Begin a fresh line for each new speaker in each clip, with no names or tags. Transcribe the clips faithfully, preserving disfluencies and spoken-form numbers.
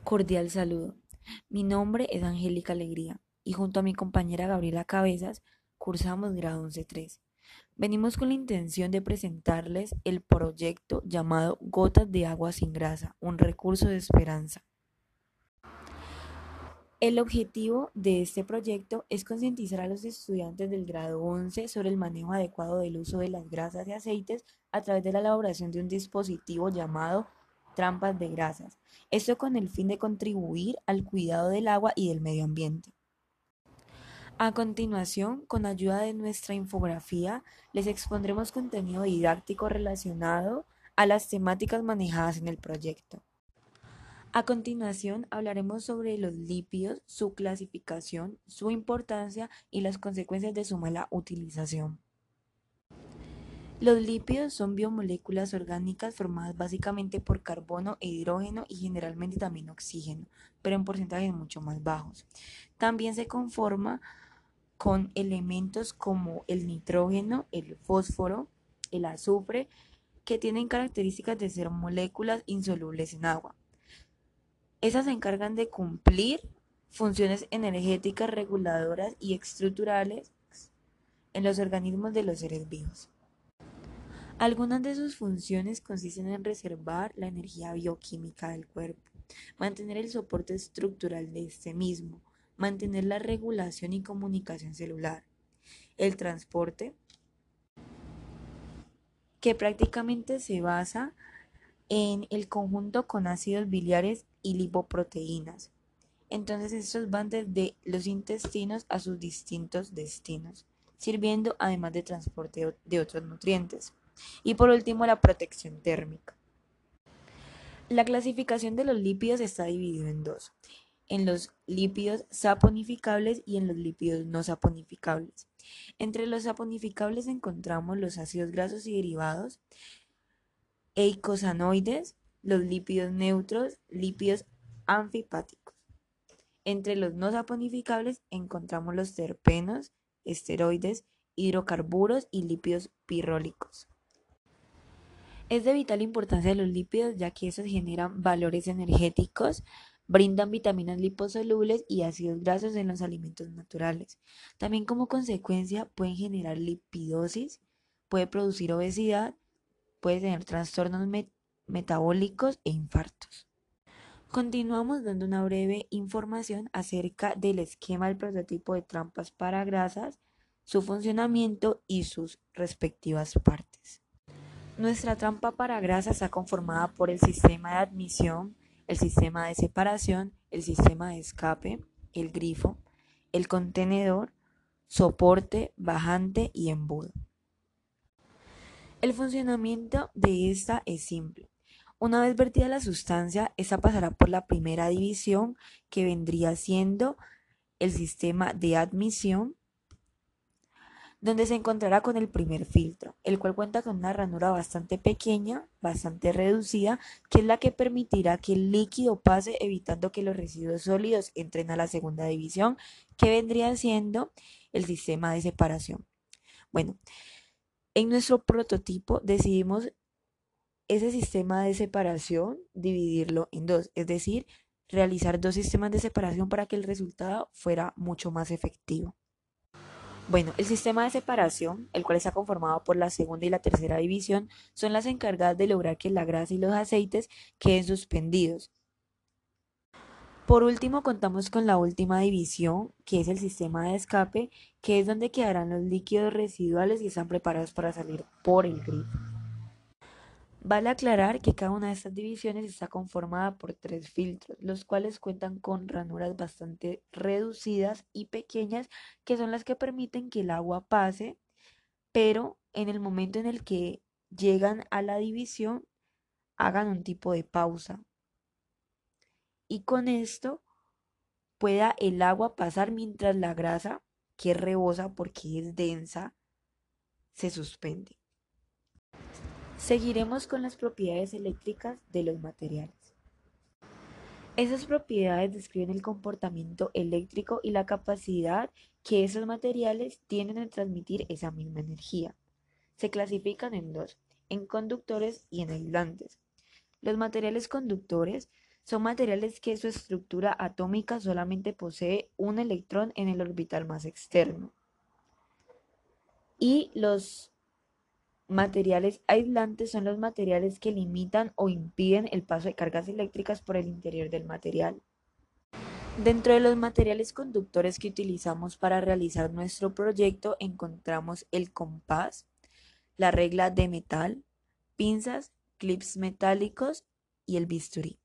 Cordial saludo. Mi nombre es Angélica Alegría y junto a mi compañera Gabriela Cabezas cursamos grado once tres. Venimos con la intención de presentarles el proyecto llamado Gotas de agua sin grasa, un recurso de esperanza. El objetivo de este proyecto es concientizar a los estudiantes del grado once sobre el manejo adecuado del uso de las grasas y aceites a través de la elaboración de un dispositivo llamado trampas de grasas. Esto con el fin de contribuir al cuidado del agua y del medio ambiente. A continuación, con ayuda de nuestra infografía, les expondremos contenido didáctico relacionado a las temáticas manejadas en el proyecto. A continuación, hablaremos sobre los lípidos, su clasificación, su importancia y las consecuencias de su mala utilización. Los lípidos son biomoléculas orgánicas formadas básicamente por carbono e hidrógeno y generalmente también oxígeno, pero en porcentajes mucho más bajos. También se conforma con elementos como el nitrógeno, el fósforo, el azufre, que tienen características de ser moléculas insolubles en agua. Esas se encargan de cumplir funciones energéticas reguladoras y estructurales en los organismos de los seres vivos. Algunas de sus funciones consisten en reservar la energía bioquímica del cuerpo, mantener el soporte estructural de este mismo, mantener la regulación y comunicación celular, el transporte, que prácticamente se basa en el conjunto con ácidos biliares y lipoproteínas. Entonces estos van desde los intestinos a sus distintos destinos, sirviendo además de transporte de otros nutrientes. Y por último, la protección térmica. La clasificación de los lípidos está dividida en dos, en los lípidos saponificables y en los lípidos no saponificables. Entre los saponificables encontramos los ácidos grasos y derivados, eicosanoides, los lípidos neutros, lípidos anfipáticos. Entre los no saponificables encontramos los terpenos, esteroides, hidrocarburos y lípidos pirrólicos. Es de vital importancia los lípidos ya que estos generan valores energéticos, brindan vitaminas liposolubles y ácidos grasos en los alimentos naturales. También como consecuencia pueden generar lipidosis, puede producir obesidad, puede tener trastornos met metabólicos e infartos. Continuamos dando una breve información acerca del esquema del prototipo de trampas para grasas, su funcionamiento y sus respectivas partes. Nuestra trampa para grasas está conformada por el sistema de admisión, el sistema de separación, el sistema de escape, el grifo, el contenedor, soporte, bajante y embudo. El funcionamiento de esta es simple. Una vez vertida la sustancia, esta pasará por la primera división, que vendría siendo el sistema de admisión, donde se encontrará con el primer filtro, el cual cuenta con una ranura bastante pequeña, bastante reducida, que es la que permitirá que el líquido pase evitando que los residuos sólidos entren a la segunda división, que vendría siendo el sistema de separación. Bueno, en nuestro prototipo decidimos ese sistema de separación dividirlo en dos, es decir, realizar dos sistemas de separación para que el resultado fuera mucho más efectivo. Bueno, el sistema de separación, el cual está conformado por la segunda y la tercera división, son las encargadas de lograr que la grasa y los aceites queden suspendidos. Por último, contamos con la última división, que es el sistema de escape, que es donde quedarán los líquidos residuales y están preparados para salir por el grifo. Vale aclarar que cada una de estas divisiones está conformada por tres filtros, los cuales cuentan con ranuras bastante reducidas y pequeñas, que son las que permiten que el agua pase, pero en el momento en el que llegan a la división, hagan un tipo de pausa. Y con esto pueda el agua pasar mientras la grasa, que rebosa porque es densa, se suspende. Seguiremos con las propiedades eléctricas de los materiales. Esas propiedades describen el comportamiento eléctrico y la capacidad que esos materiales tienen de transmitir esa misma energía. Se clasifican en dos, en conductores y en aislantes. Los materiales conductores Son materiales que su estructura atómica solamente posee un electrón en el orbital más externo. Y los materiales aislantes son los materiales que limitan o impiden el paso de cargas eléctricas por el interior del material. Dentro de los materiales conductores que utilizamos para realizar nuestro proyecto encontramos el compás, la regla de metal, pinzas, clips metálicos y el bisturí.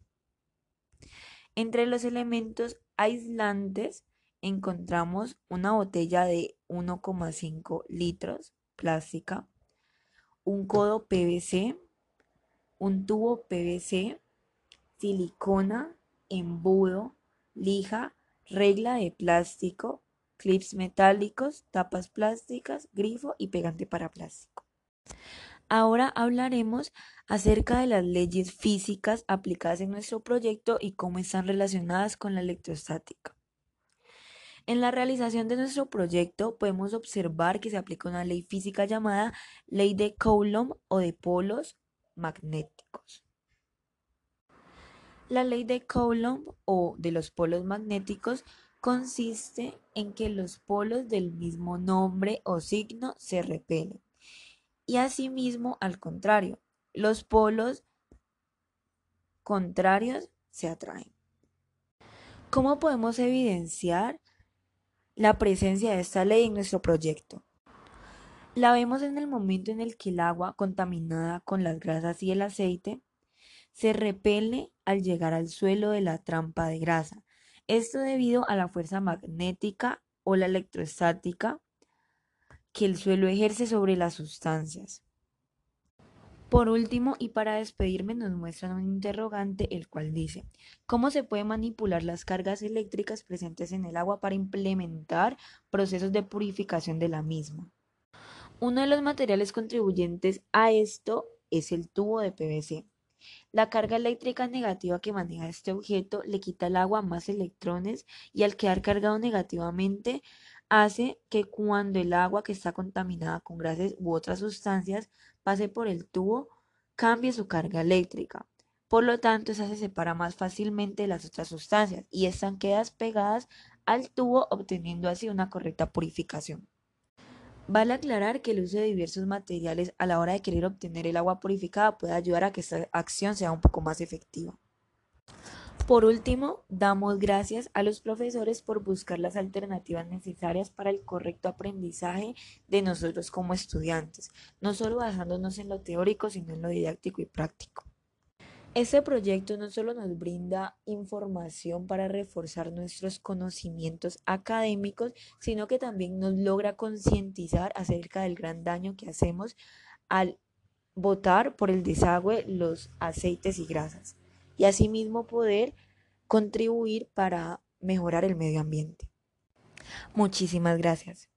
Entre los elementos aislantes encontramos una botella de uno coma cinco litros plástica, un codo P V C, un tubo P V C, silicona, embudo, lija, regla de plástico, clips metálicos, tapas plásticas, grifo y pegante para plástico. Ahora hablaremos acerca de las leyes físicas aplicadas en nuestro proyecto y cómo están relacionadas con la electrostática. En la realización de nuestro proyecto podemos observar que se aplica una ley física llamada ley de Coulomb o de polos magnéticos. La ley de Coulomb o de los polos magnéticos consiste en que los polos del mismo nombre o signo se repelen. Y asimismo, al contrario, los polos contrarios se atraen. ¿Cómo podemos evidenciar la presencia de esta ley en nuestro proyecto? La vemos en el momento en el que el agua contaminada con las grasas y el aceite se repele al llegar al suelo de la trampa de grasa. Esto debido a la fuerza magnética o la electrostática que el suelo ejerce sobre las sustancias. Por último, y para despedirme, nos muestran un interrogante, el cual dice: ¿cómo se puede manipular las cargas eléctricas presentes en el agua para implementar procesos de purificación de la misma? Uno de los materiales contribuyentes a esto es el tubo de P V C. La carga eléctrica negativa que maneja este objeto le quita al agua más electrones y al quedar cargado negativamente hace que cuando el agua que está contaminada con gases u otras sustancias pase por el tubo, cambie su carga eléctrica. Por lo tanto, esa se separa más fácilmente de las otras sustancias y están quedadas pegadas al tubo, obteniendo así una correcta purificación. Vale aclarar que el uso de diversos materiales a la hora de querer obtener el agua purificada puede ayudar a que esta acción sea un poco más efectiva. Por último, damos gracias a los profesores por buscar las alternativas necesarias para el correcto aprendizaje de nosotros como estudiantes, no solo basándonos en lo teórico, sino en lo didáctico y práctico. Este proyecto no solo nos brinda información para reforzar nuestros conocimientos académicos, sino que también nos logra concientizar acerca del gran daño que hacemos al botar por el desagüe los aceites y grasas, y asimismo poder contribuir para mejorar el medio ambiente. Muchísimas gracias.